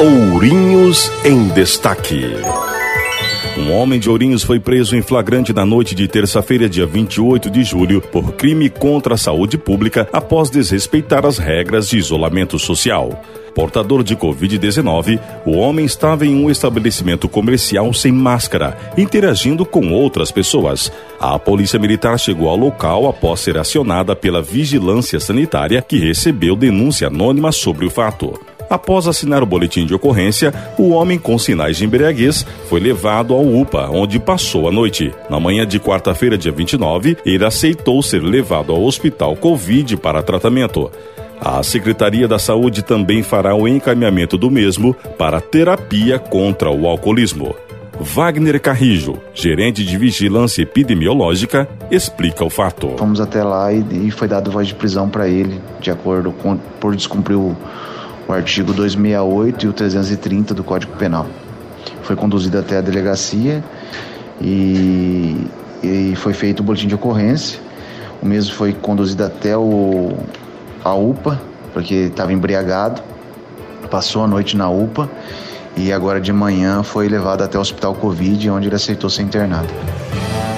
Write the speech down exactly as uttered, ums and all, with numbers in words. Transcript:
Ourinhos em Destaque. Um homem de Ourinhos foi preso em flagrante na noite de terça-feira, dia vinte e oito de julho, por crime contra a saúde pública após desrespeitar as regras de isolamento social. Portador de covid dezenove, o homem estava em um estabelecimento comercial sem máscara, interagindo com outras pessoas. A polícia militar chegou ao local após ser acionada pela vigilância sanitária, que recebeu denúncia anônima sobre o fato. Após assinar o boletim de ocorrência, o homem com sinais de embriaguez foi levado ao U P A, onde passou a noite. Na manhã de quarta-feira, dia vinte e nove, ele aceitou ser levado ao hospital Covid para tratamento. A Secretaria da Saúde também fará o encaminhamento do mesmo para terapia contra o alcoolismo. Wagner Carrijo, gerente de vigilância epidemiológica, explica o fato. Fomos até lá e, e foi dado voz de prisão para ele, de acordo com, por descumprir o, o artigo duzentos e sessenta e oito e o trezentos e trinta do Código Penal. Foi conduzido até a delegacia e, e foi feito o boletim de ocorrência. O mesmo foi conduzido até o a U P A, porque estava embriagado, passou a noite na U P A e agora de manhã foi levado até o hospital Covid, onde ele aceitou ser internado.